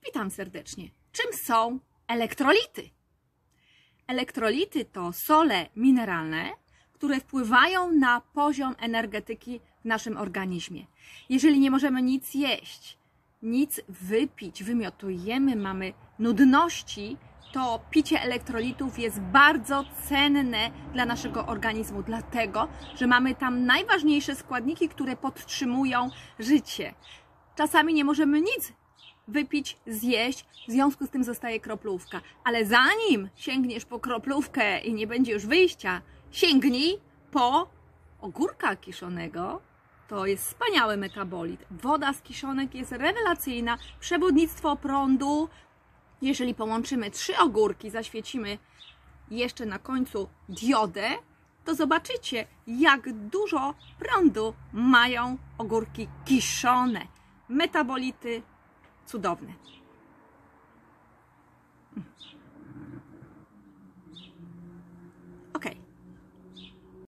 Witam serdecznie. Czym są elektrolity? Elektrolity to sole mineralne, które wpływają na poziom energetyki w naszym organizmie. Jeżeli nie możemy nic jeść, nic wypić, wymiotujemy, mamy nudności, to picie elektrolitów jest bardzo cenne dla naszego organizmu, dlatego że mamy tam najważniejsze składniki, które podtrzymują życie. Czasami nie możemy nic wypić, zjeść, w związku z tym zostaje kroplówka. Ale zanim sięgniesz po kroplówkę i nie będzie już wyjścia, sięgnij po ogórka kiszonego. To jest wspaniały metabolit. Woda z kiszonek jest rewelacyjna. Przewodnictwo prądu. Jeżeli połączymy 3 ogórki, zaświecimy jeszcze na końcu diodę, to zobaczycie, jak dużo prądu mają ogórki kiszone. Metabolity cudowne.